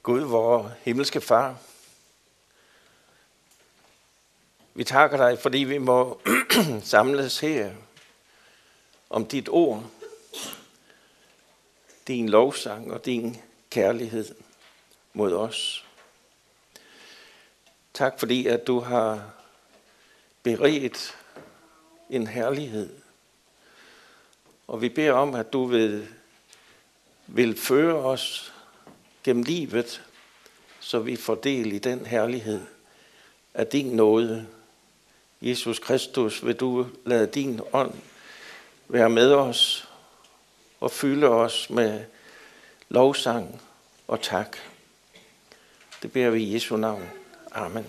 Gud, vor himmelske Far, vi takker dig, fordi vi må samles her om dit ord, din lovsang og din kærlighed mod os. Tak fordi, at du har beredt en herlighed, og vi beder om, at du vil føre os gennem livet, så vi får del i den herlighed af din nåde. Jesus Kristus, vil du lade din ånd være med os og fylde os med lovsang og tak. Det beder vi i Jesu navn. Amen.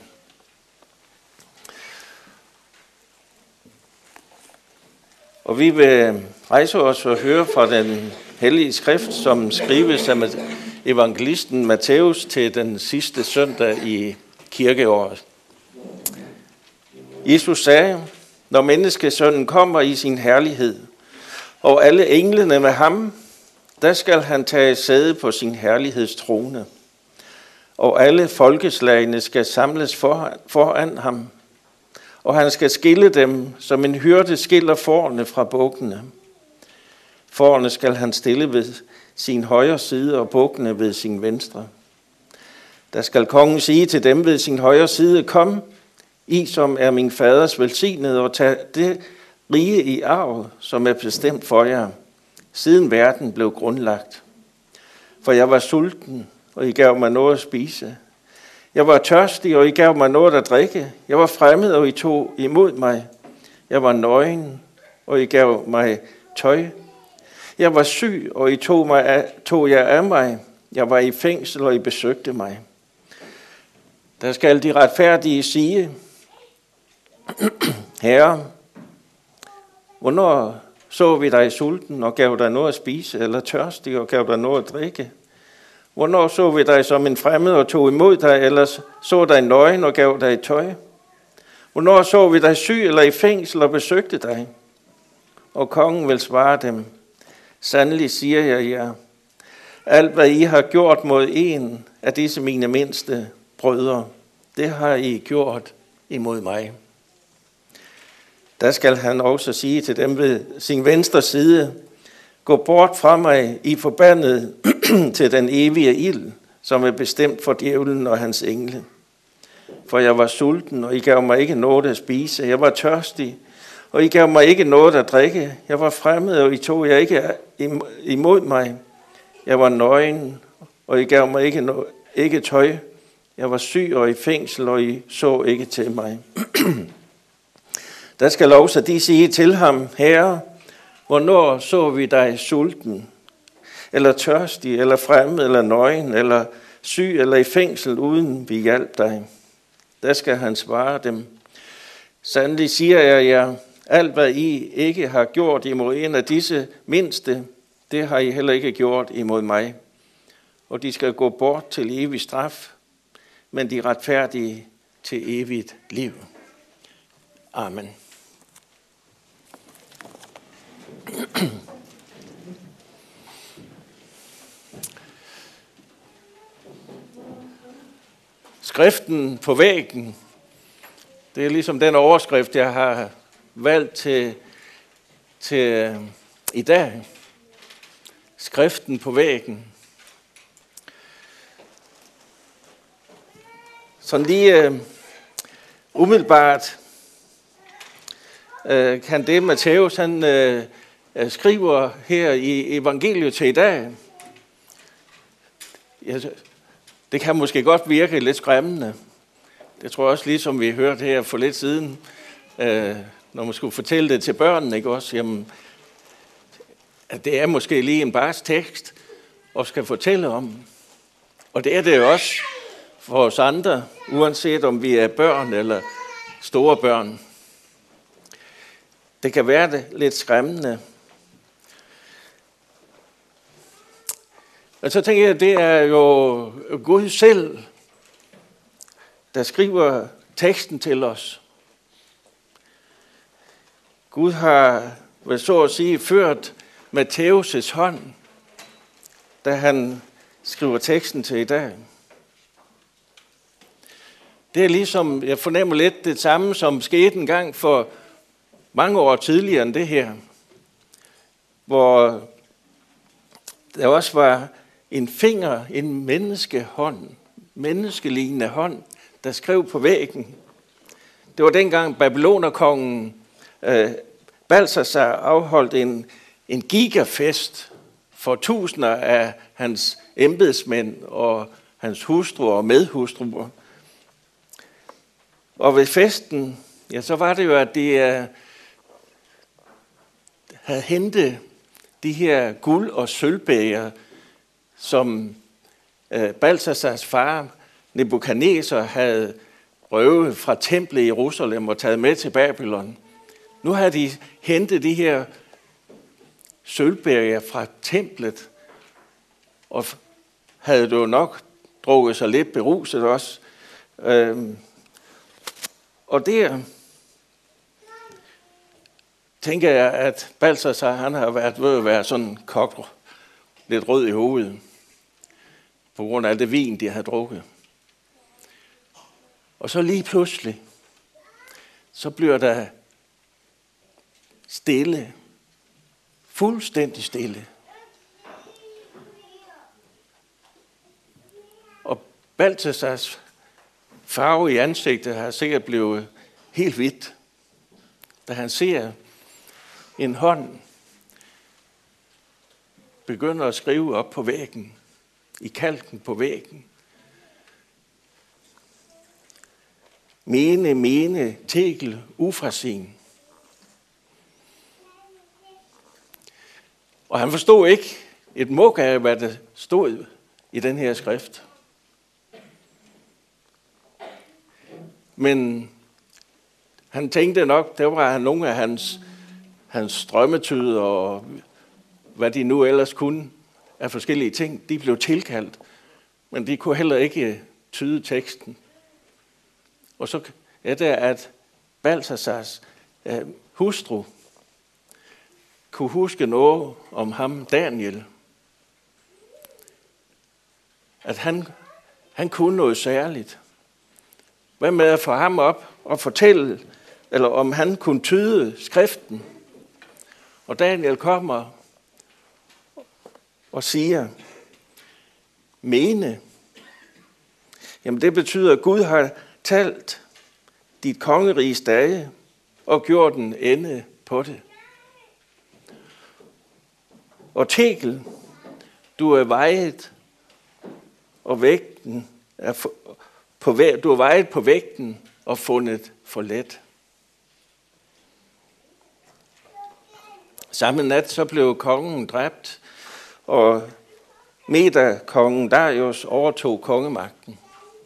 Og vi vil rejse os og høre fra den hellige skrift, som skrives af evangelisten Matthæus til den sidste søndag i kirkeåret. Jesus sagde, når menneskesønnen kommer i sin herlighed, og alle englene med ham, der skal han tage sæde på sin herlighedstrone, og alle folkeslagene skal samles foran ham, og han skal skille dem, som en hyrde skiller fårene fra bukkene. Fårene skal han stille ved sin højre side, og bukkene ved sin venstre. Der skal kongen sige til dem ved sin højre side, kom, I som er min faders velsignede, og tag det rige i arv, som er bestemt for jer, siden verden blev grundlagt. For jeg var sulten, og I gav mig noget at spise. Jeg var tørstig, og I gav mig noget at drikke. Jeg var fremmed, og I tog imod mig. Jeg var nøgen, og I gav mig tøj. Jeg var syg, og I tog jer af mig. Jeg var i fængsel, og I besøgte mig. Der skal de retfærdige sige, Herre, hvornår så vi dig sulten og gav dig noget at spise, eller tørstig og gav dig noget at drikke? Hvornår så vi dig som en fremmed og tog imod dig, eller så dig nøgen og gav dig tøj? Hvornår så vi dig syg eller i fængsel og besøgte dig? Og kongen vil svare dem, sandelig siger jeg jer, alt hvad I har gjort mod en af disse mine mindste brødre, det har I gjort imod mig. Der skal han også sige til dem ved sin venstre side, gå bort fra mig, I forbandet til den evige ild, som er bestemt for djævlen og hans engle. For jeg var sulten, og I gav mig ikke noget at spise. Jeg var tørstig, og I gav mig ikke noget at drikke. Jeg var fremmed, og I tog jer ikke imod mig. Jeg var nøgen, og I gav mig ikke tøj. Jeg var syg og i fængsel, og I så ikke til mig. Der skal også de sige til ham, Herre, hvornår så vi dig sulten, eller tørstig, eller fremmed, eller nøgen, eller syg, eller i fængsel, uden vi hjalp dig? Der skal han svare dem, sandelig siger jeg jer, alt hvad I ikke har gjort imod en af disse mindste, det har I heller ikke gjort imod mig. Og de skal gå bort til evig straf, men de retfærdige til evigt liv. Amen. Skriften på væggen, det er ligesom den overskrift, jeg har valgt til i dag. Skriften på væggen. Sådan lige umiddelbart kan det Matthæus han skriver her i evangeliet til i dag, det kan måske godt virke lidt skræmmende. Det tror jeg også, ligesom vi hørte her for lidt siden, når man skulle fortælle det til børnene, ikke også? Jamen, at det er måske lige en barsk tekst, og skal fortælle om. Og det er det jo også for os andre, uanset om vi er børn eller store børn. Det kan være det lidt skræmmende. Og så tænker jeg, at det er jo Gud selv, der skriver teksten til os. Gud har, så at sige, ført Matthæus' hånd, da han skriver teksten til i dag. Det er ligesom, jeg fornemmer lidt det samme, som skete en gang for mange år tidligere end det her, hvor der også var en finger, en menneskelignende hånd, der skrev på væggen. Det var dengang Babylonerkongen Balthasar afholdt en gigafest for tusinder af hans embedsmænd og hans hustruer og medhustruer. Og ved festen, ja, så var det jo, at de havde hentet de her guld- og sølvbæger, som Balthasars far, Nebukadnesar, havde røvet fra templet i Jerusalem og taget med til Babylon. Nu havde de hentet de her sølvbæger fra templet, og havde jo nok drukket sig lidt beruset også. Og der tænker jeg, at Balthasar, han har været ved at være sådan kogt, lidt rød i hovedet, på grund af alt det vin, de havde drukket. Og så lige pludselig, så bliver der stille, fuldstændig stille. Og Balthasars farve i ansigtet har sikkert blevet helt hvidt, da han ser en hånd begynder at skrive op på væggen, i kalken på væggen. Mene, Tegel, Ufrasin. Og han forstod ikke et muk af, hvad der stod i den her skrift. Men han tænkte nok, der var nogle af hans drømmetyder og hvad de nu ellers kunne af forskellige ting, de blev tilkaldt, men de kunne heller ikke tyde teksten. Og så er det, at Balthasars hustru kunne huske noget om ham, Daniel. At han kunne noget særligt. Hvad med at få ham op og fortælle, eller om han kunne tyde skriften. Og Daniel kommer og siger, mene. Jamen det betyder, at Gud har talt dit kongeriges dage og gjort en ende på det. Og Tegel, du er vejet og vægten du er vejet på vægten og fundet for let. Samme nat så blev kongen dræbt, og Meder-kongen Darius overtog kongemagten.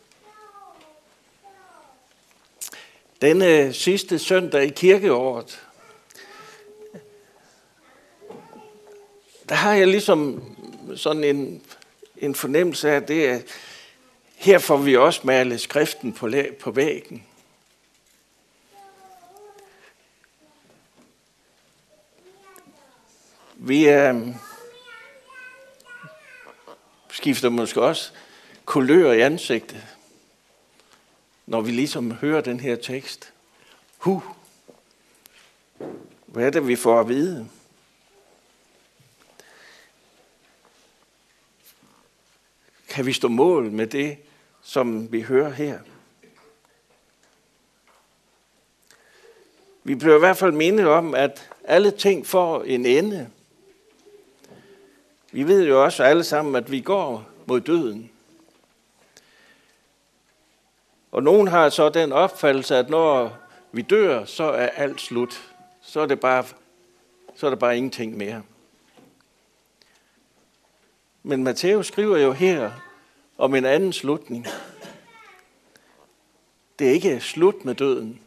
Denne sidste søndag i kirkeåret, der har jeg ligesom sådan en fornemmelse af, at det er, her får vi også malet skriften på væggen. Vi skifter måske også kulør i ansigtet, når vi ligesom hører den her tekst. Hvad er det, vi får at vide? Kan vi stå mål med det, som vi hører her? Vi bliver i hvert fald mindet om, at alle ting får en ende. Vi ved jo også alle sammen, at vi går mod døden. Og nogen har så den opfattelse, at når vi dør, så er alt slut. Så er det bare ingenting mere. Men Matthæus skriver jo her om en anden slutning. Det er ikke slut med døden.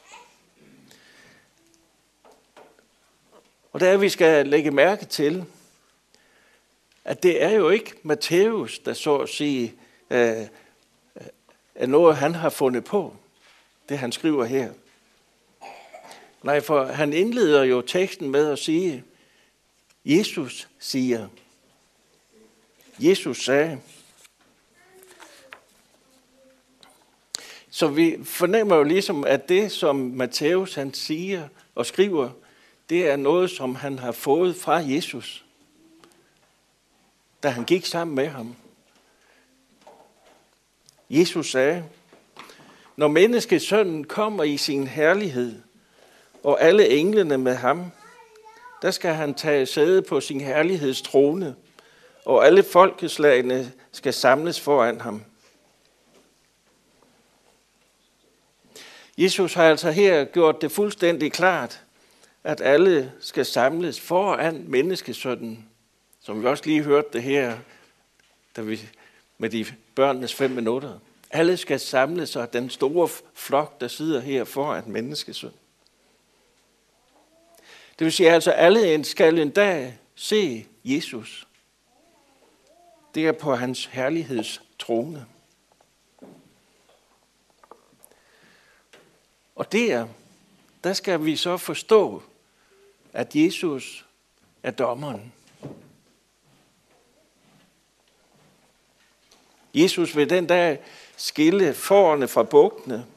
Og der vi skal lægge mærke til, at det er jo ikke Matthæus, der så at sige er noget, han har fundet på, det han skriver her. Nej, for han indleder jo teksten med at sige, Jesus siger. Jesus sagde. Så vi fornemmer jo ligesom, at det, som Matthæus han siger og skriver, det er noget, som han har fået fra Jesus, da han gik sammen med ham. Jesus sagde, når menneskesønnen kommer i sin herlighed, og alle englene med ham, der skal han tage sæde på sin herlighedstrone, og alle folkeslagene skal samles foran ham. Jesus har altså her gjort det fuldstændig klart, at alle skal samles foran menneskesønnen, som vi også lige hørte det her med de børnenes 5 minutter. Alle skal samles, og den store flok, der sidder her foran menneskesønnen. Det vil sige, altså alle skal en dag se Jesus. Det er på hans herlighedstrone. Og der skal vi så forstå, at Jesus er dommeren. Jesus vil den dag skille fårene fra bukkene.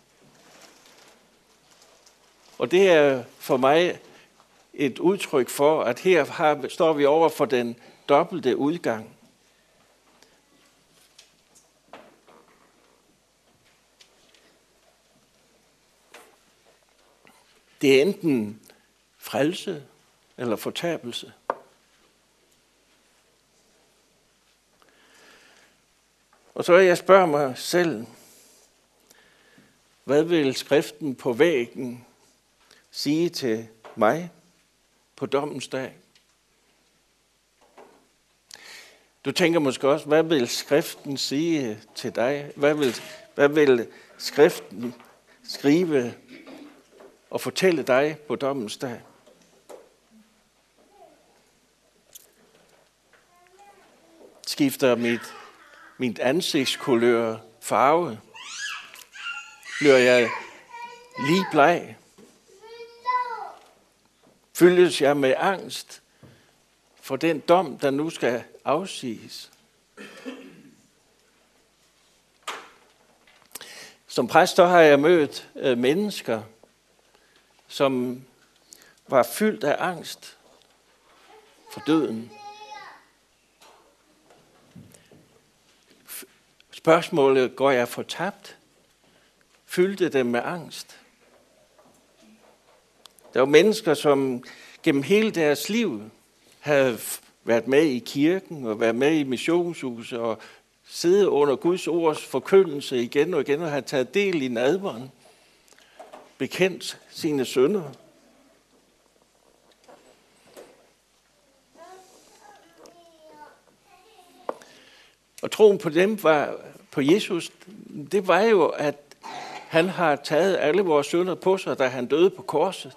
Og det er for mig et udtryk for, at her står vi over for den dobbelte udgang. Det er enten frelse eller fortabelse. Og så jeg spørger mig selv, hvad vil skriften på væggen sige til mig på dommens dag? Du tænker måske også, hvad vil skriften sige til dig? Hvad vil skriften skrive og fortælle dig på dommens dag? Skifter mit ansigtskulør farve? Bliver jeg lige bleg? Fyldes jeg med angst for den dom, der nu skal afsiges? Som præst har jeg mødt mennesker, som var fyldt af angst for døden. Spørgsmålet, går jeg fortabt? Fyldte dem med angst. Der var mennesker, som gennem hele deres liv havde været med i kirken og været med i missionshuset og siddet under Guds ords forkyndelse igen og igen og havde taget del i nadveren, bekendt sine synder. Og troen på dem på Jesus, det var jo, at han har taget alle vores synder på sig, da han døde på korset.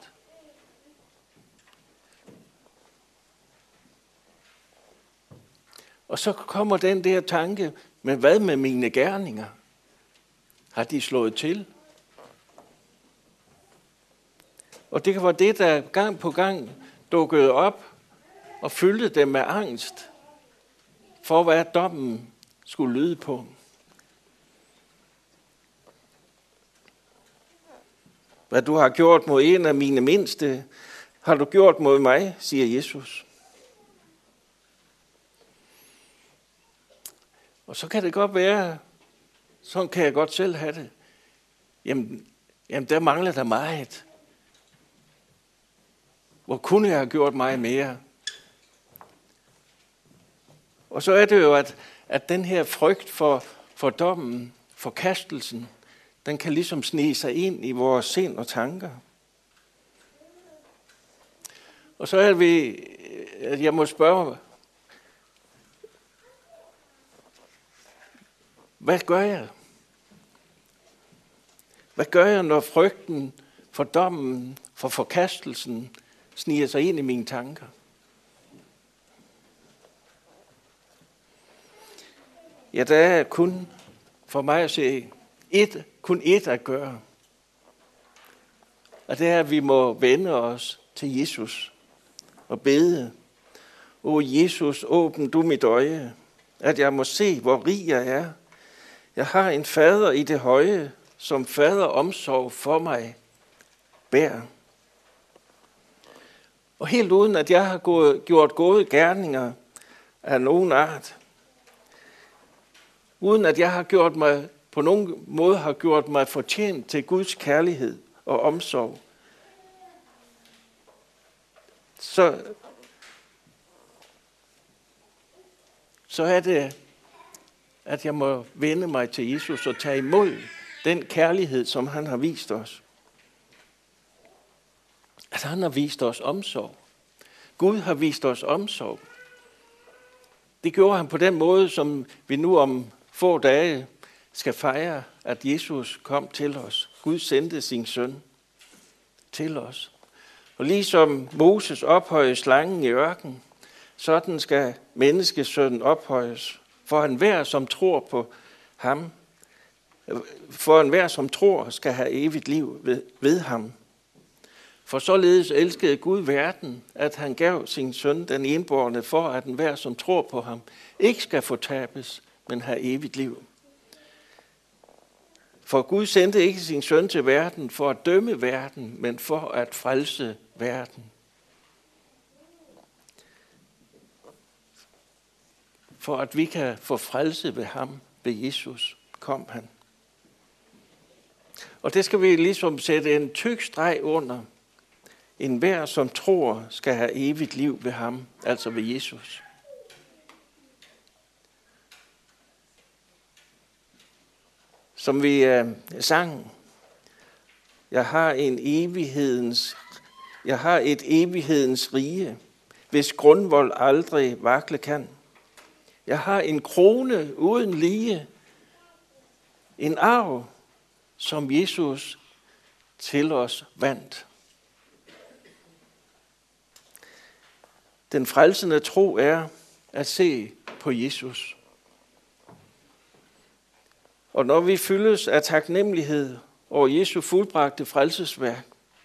Og så kommer den der tanke, men hvad med mine gerninger? Har de slået til? Og det var det, der gang på gang dukkede op og fyldte dem med angst for, hvad dommen skulle lyde på. Hvad du har gjort mod en af mine mindste, har du gjort mod mig, siger Jesus. Og så kan det godt være, sådan kan jeg godt selv have det. Jamen der mangler der meget. Hvor kunne jeg have gjort mig mere? Og så er det jo, at den her frygt for dommen, forkastelsen, den kan ligesom snige sig ind i vores sind og tanker. Og så er det, at jeg må spørge, hvad gør jeg? Hvad gør jeg, når frygten for dommen, for forkastelsen, sniger sig ind i mine tanker? Ja, der er kun for mig at se kun ét at gøre. Og det er, at vi må vende os til Jesus og bede. O Jesus, åbn du mit øje, at jeg må se, hvor rig jeg er. Jeg har en fader i det høje, som fader omsorg for mig bærer. Og helt uden at jeg har gjort gode gerninger af nogen art, uden at jeg har på nogen måde har gjort mig fortjent til Guds kærlighed og omsorg, så er det, at jeg må vende mig til Jesus og tage imod den kærlighed, som han har vist os. At han har vist os omsorg. Gud har vist os omsorg. Det gjorde han på den måde, som vi nu om få dage skal fejre, at Jesus kom til os. Gud sendte sin søn til os. Og ligesom Moses ophøjede slangen i ørkenen, sådan skal menneskesønnen ophøjes, for enhver, som tror på ham, for enhver, som tror, skal have evigt liv ved ham. For således elskede Gud verden, at han gav sin søn den enbårne, for at enhver, som tror på ham, ikke skal fortabes, men have evigt liv. For Gud sendte ikke sin søn til verden for at dømme verden, men for at frelse verden. For at vi kan få frelse ved ham, ved Jesus, kom han. Og det skal vi ligesom sætte en tyk streg under. Enhver, som tror, skal have evigt liv ved ham, altså ved Jesus. Som vi sang, jeg har et evighedens rige, hvis grundvold aldrig vakle kan. Jeg har en krone uden lige, en arv, som Jesus til os vandt. Den frelsende tro er at se på Jesus. Og når vi fyldes af taknemmelighed over Jesu fuldbragte frelsesværk,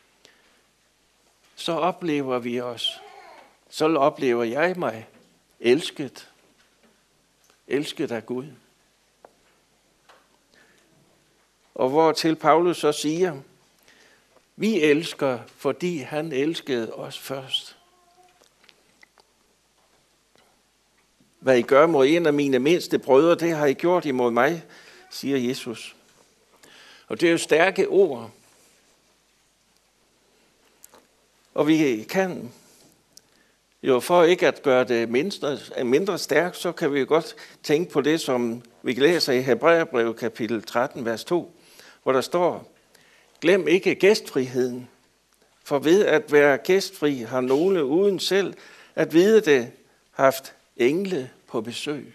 så oplever jeg mig elsket af Gud. Og hvortil Paulus så siger, vi elsker, fordi han elskede os først. Hvad I gør mod en af mine mindste brødre, det har I gjort imod mig, siger Jesus. Og det er jo stærke ord. Og vi kan jo for ikke at gøre det mindre stærkt, så kan vi jo godt tænke på det, som vi læser i Hebræerbrevet kapitel 13, vers 2, hvor der står, glem ikke gæstfriheden, for ved at være gæstfri har nogle uden selv at vide det haft engle på besøg.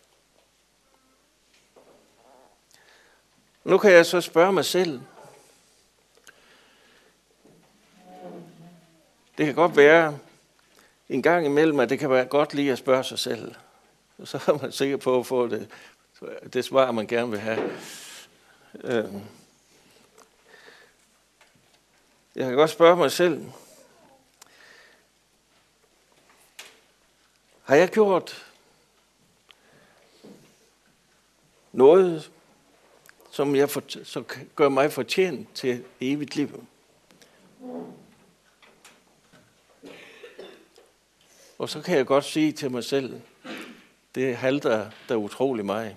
Nu kan jeg så spørge mig selv. Det kan godt være en gang imellem, at det kan være godt lige at spørge sig selv. Og så er man sikker på at få det svar, man gerne vil have. Jeg kan godt spørge mig selv. Har jeg gjort noget, som gør mig fortjent til evigt liv? Og så kan jeg godt sige til mig selv, det halter der utrolig meget.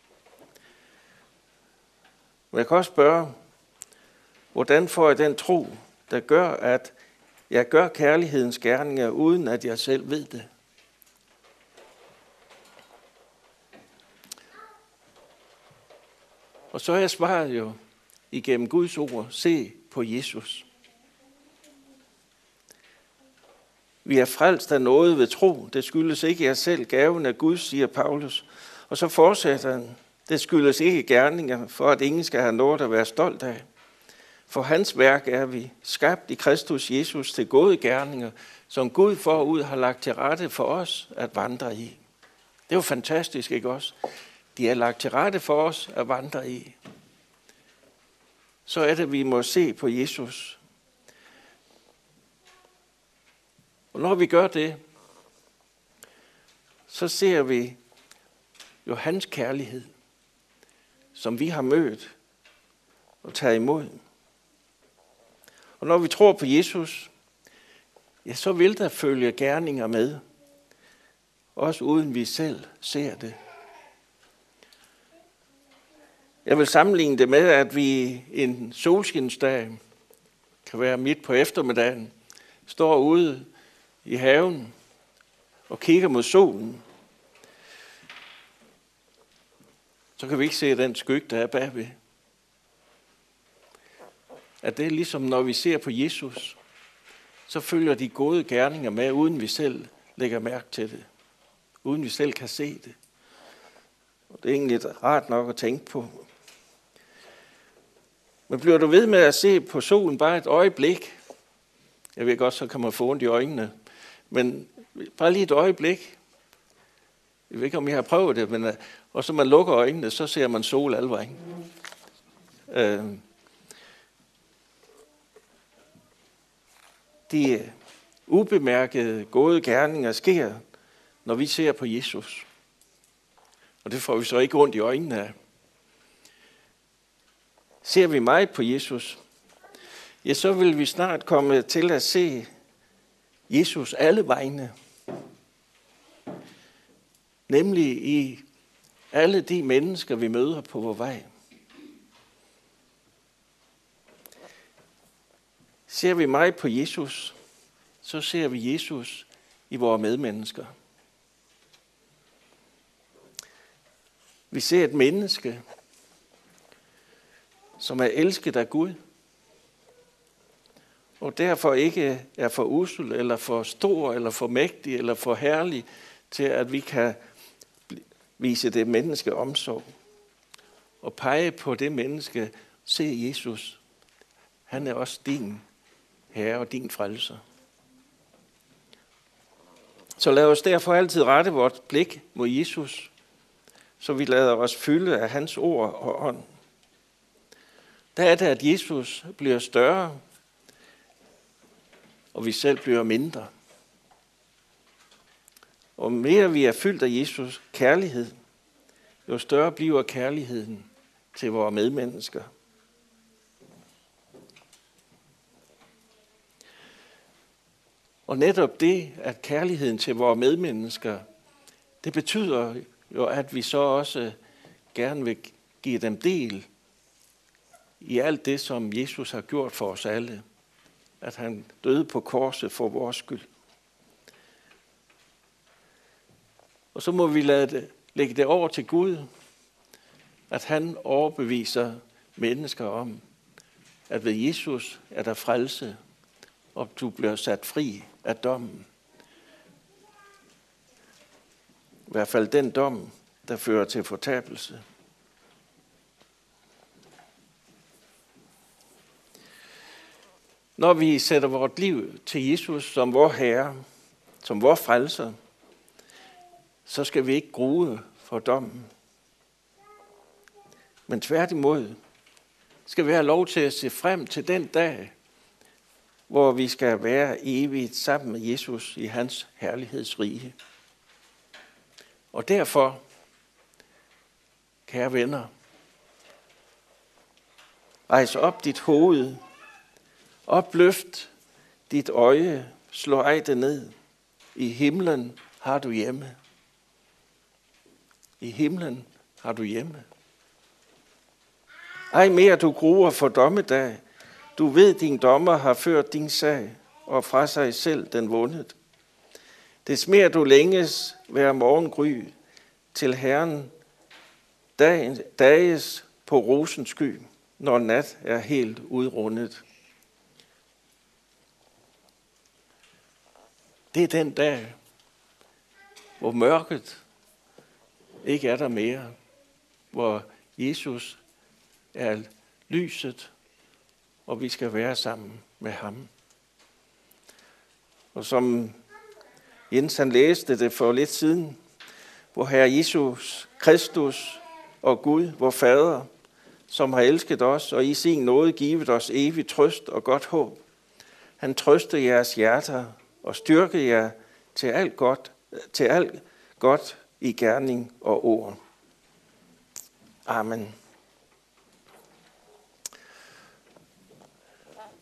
Men jeg kan også spørge, hvordan får jeg den tro, der gør, at jeg gør kærlighedens gerninger, uden at jeg selv ved det? Og så er jeg svaret jo igennem Guds ord, se på Jesus. Vi er frelst af noget ved tro. Det skyldes ikke jer selv, gaven af Gud, siger Paulus. Og så fortsætter han. Det skyldes ikke gerninger, for at ingen skal have noget at være stolt af. For hans værk er vi skabt i Kristus Jesus til gode gerninger, som Gud forud har lagt til rette for os at vandre i. Det er jo fantastisk, ikke også? De er lagt til rette for os at vandre i. Så er det, vi må se på Jesus. Og når vi gør det, så ser vi jo hans kærlighed, som vi har mødt og tager imod. Og når vi tror på Jesus, ja, så vil der følge gerninger med, også uden vi selv ser det. Jeg vil sammenligne det med, at vi en solskinsdag, kan være midt på eftermiddagen, står ude i haven og kigger mod solen. Så kan vi ikke se den skygge, der er bagved. At det er ligesom, når vi ser på Jesus, så følger de gode gerninger med, uden vi selv lægger mærke til det. Uden vi selv kan se det. Og det er egentlig rart nok at tænke på. Men bliver du ved med at se på solen bare et øjeblik? Jeg ved godt, så kan man få ondt i øjnene. Men bare lige et øjeblik. Jeg ved ikke, om jeg har prøvet det, men og så man lukker øjnene, så ser man sol alle vejen. De ubemærkede gode gerninger sker, når vi ser på Jesus. Og det får vi så ikke ondt i øjnene af. Ser vi meget på Jesus, ja, så vil vi snart komme til at se Jesus alle vegne. Nemlig i alle de mennesker, vi møder på vores vej. Ser vi meget på Jesus, så ser vi Jesus i vores medmennesker. Vi ser et menneske, som er elsket af Gud, og derfor ikke er for usel, eller for stor, eller for mægtig, eller for herlig, til at vi kan vise det menneske omsorg. Og pege på det menneske, se Jesus. Han er også din Herre og din frelser. Så lad os derfor altid rette vores blik mod Jesus, så vi lader os fylde af hans ord og ånd. Der er det, at Jesus bliver større, og vi selv bliver mindre. Og mere vi er fyldt af Jesus kærlighed, jo større bliver kærligheden til vores medmennesker. Og netop det, at kærligheden til vores medmennesker, det betyder jo, at vi så også gerne vil give dem del i alt det, som Jesus har gjort for os alle. At han døde på korset for vores skyld. Og så må vi lægge det over til Gud, at han overbeviser mennesker om, at ved Jesus er der frelse, og du bliver sat fri af dommen. I hvert fald den dom, der fører til fortabelse. Når vi sætter vores liv til Jesus som vor Herre, som vor frelser, så skal vi ikke grue for dommen. Men tværtimod skal vi have lov til at se frem til den dag, hvor vi skal være evigt sammen med Jesus i hans herlighedsrige. Og derfor, kære venner, rejs op dit hoved, opløft dit øje, slå ej det ned. I himlen har du hjemme. I himlen har du hjemme. Ej mere du gruer for dommedag. Du ved, din dommer har ført din sag, og fra sig selv den vundet. Des mere du længes hver morgengry til Herren dages på rosens sky, når nat er helt udrundet. Det er den dag, hvor mørket ikke er der mere, hvor Jesus er lyset, og vi skal være sammen med ham. Og som Jens han læste det for lidt siden, hvor Herre Jesus Kristus og Gud, vor Fader, som har elsket os og i sin nåde givet os evig trøst og godt håb. Han trøster jeres hjerter og styrker jer til alt godt i gerning og ord. Amen.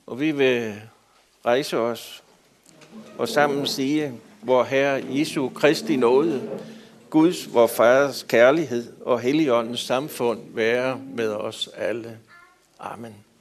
Og vi vil rejse os og sammen sige, vor Herre Jesu Kristi nåde, Guds, vor Faders kærlighed og Helligåndens samfund være med os alle. Amen.